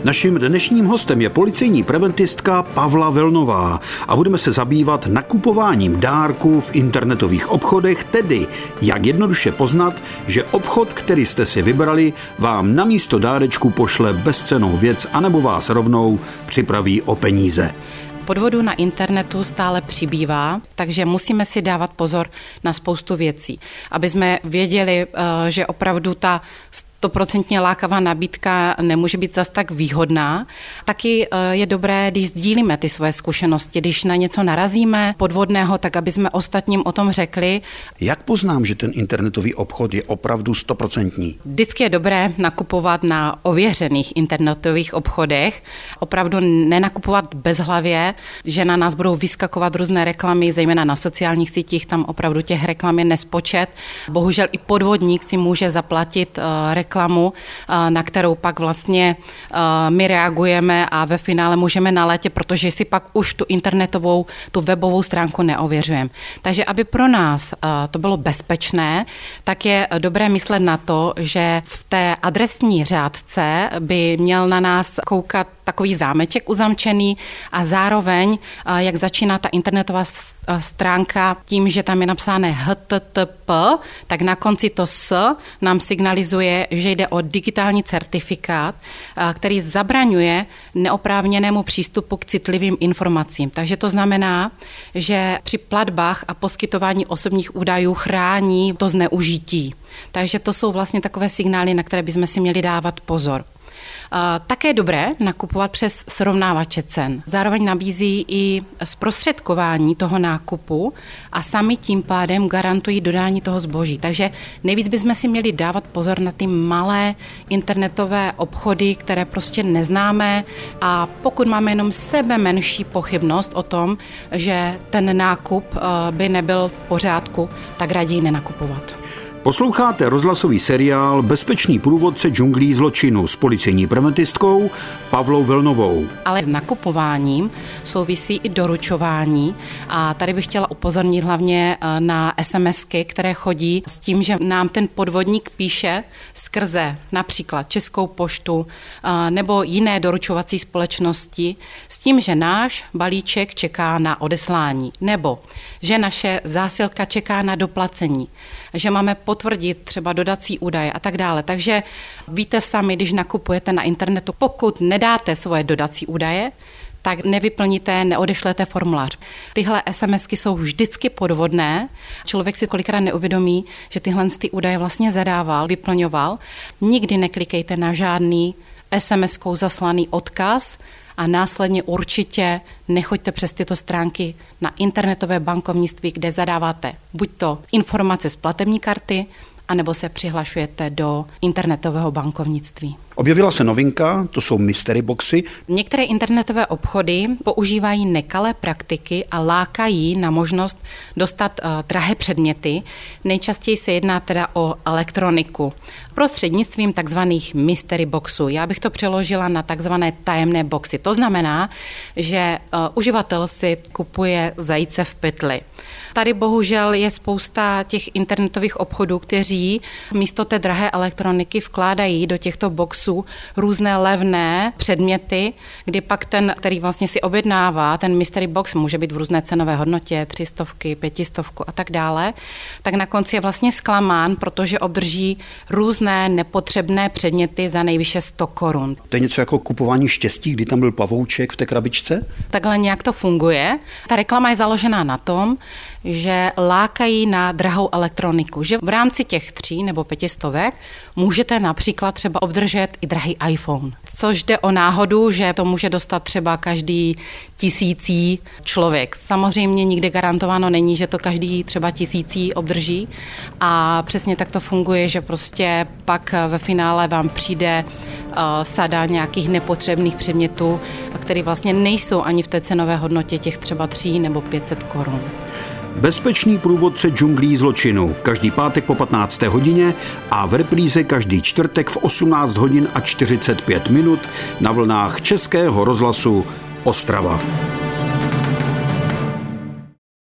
Naším dnešním hostem je policejní preventistka Pavla Velnová a budeme se zabývat nakupováním dárků v internetových obchodech, tedy jak jednoduše poznat, že obchod, který jste si vybrali, vám namísto dárečku pošle bezcennou věc anebo vás rovnou připraví o peníze. Podvodů na internetu stále přibývá, takže musíme si dávat pozor na spoustu věcí, aby jsme věděli, že opravdu ta 100% lákavá nabídka nemůže být zas tak výhodná. Taky je dobré, když sdílíme ty svoje zkušenosti, když na něco narazíme podvodného, tak aby jsme ostatním o tom řekli. Jak poznám, že ten internetový obchod je opravdu 100%? Vždycky je dobré nakupovat na ověřených internetových obchodech, opravdu nenakupovat bezhlavě, že na nás budou vyskakovat různé reklamy, zejména na sociálních sítích, tam opravdu těch reklam je nespočet. Bohužel i podvodník si může zaplatit reklamu, na kterou pak vlastně my reagujeme a ve finále můžeme naletět, protože si pak už tu internetovou, tu webovou stránku neověřujeme. Takže aby pro nás to bylo bezpečné, tak je dobré myslet na to, že v té adresní řádce by měl na nás koukat takový zámeček uzamčený a zároveň, jak začíná ta internetová stránka tím, že tam je napsáno HTTP, tak na konci to S nám signalizuje, že jde o digitální certifikát, který zabraňuje neoprávněnému přístupu k citlivým informacím. Takže to znamená, že při platbách a poskytování osobních údajů chrání to zneužití. Takže to jsou vlastně takové signály, na které bychom si měli dávat pozor. Také je dobré nakupovat přes srovnávače cen. Zároveň nabízí i zprostředkování toho nákupu a sami tím pádem garantují dodání toho zboží. Takže nejvíc bychom si měli dávat pozor na ty malé internetové obchody, které prostě neznáme, a pokud máme jenom sebe menší pochybnost o tom, že ten nákup by nebyl v pořádku, tak raději nenakupovat. Posloucháte rozhlasový seriál Bezpečný průvodce džunglí zločinu s policejní preventistkou Pavlou Velnovou. Ale s nakupováním souvisí i doručování a tady bych chtěla upozornit hlavně na SMSky, které chodí s tím, že nám ten podvodník píše skrze například Českou poštu nebo jiné doručovací společnosti s tím, že náš balíček čeká na odeslání nebo že naše zásilka čeká na doplacení, že máme potvrdit třeba dodací údaje a tak dále. Takže víte sami, když nakupujete na internetu, pokud nedáte svoje dodací údaje, tak nevyplníte, neodešlete formulář. Tyhle SMSky jsou vždycky podvodné. Člověk si kolikrát neuvědomí, že tyhle údaje vlastně zadával, vyplňoval. Nikdy neklikejte na žádný SMS-kou zaslaný odkaz a následně určitě nechoďte přes tyto stránky na internetové bankovnictví, kde zadáváte buď to informace z platební karty, anebo se přihlašujete do internetového bankovnictví. Objevila se novinka, to jsou mystery boxy. Některé internetové obchody používají nekalé praktiky a lákají na možnost dostat drahé předměty. Nejčastěji se jedná teda o elektroniku. Prostřednictvím takzvaných mystery boxů. Já bych to přeložila na takzvané tajemné boxy. To znamená, že uživatel si kupuje zajíce v pytli. Tady bohužel je spousta těch internetových obchodů, kteří místo té drahé elektroniky vkládají do těchto boxů různé levné předměty, kdy pak ten, který vlastně si objednává, ten mystery box může být v různé cenové hodnotě, 300, 500 a tak dále, tak na konci je vlastně zklamán, protože obdrží různé nepotřebné předměty za nejvýše 100 korun. To je něco jako kupování štěstí, kdy tam byl pavouček v té krabičce? Takhle nějak to funguje. Ta reklama je založená na tom, že lákají na drahou elektroniku, že v rámci těch 3 nebo 500 můžete například třeba obdržet i drahý iPhone, což jde o náhodu, že to může dostat třeba každý 1000 člověk. Samozřejmě nikdy garantováno není, že to každý třeba 1000 obdrží a přesně tak to funguje, že prostě pak ve finále vám přijde sada nějakých nepotřebných předmětů, které vlastně nejsou ani v té cenové hodnotě těch třeba 3 nebo 500 korun. Bezpečný průvodce džunglí zločinu. Každý pátek po 15. hodině a v repríze každý čtvrtek v 18 hodin a 45 minut na vlnách Českého rozhlasu Ostrava.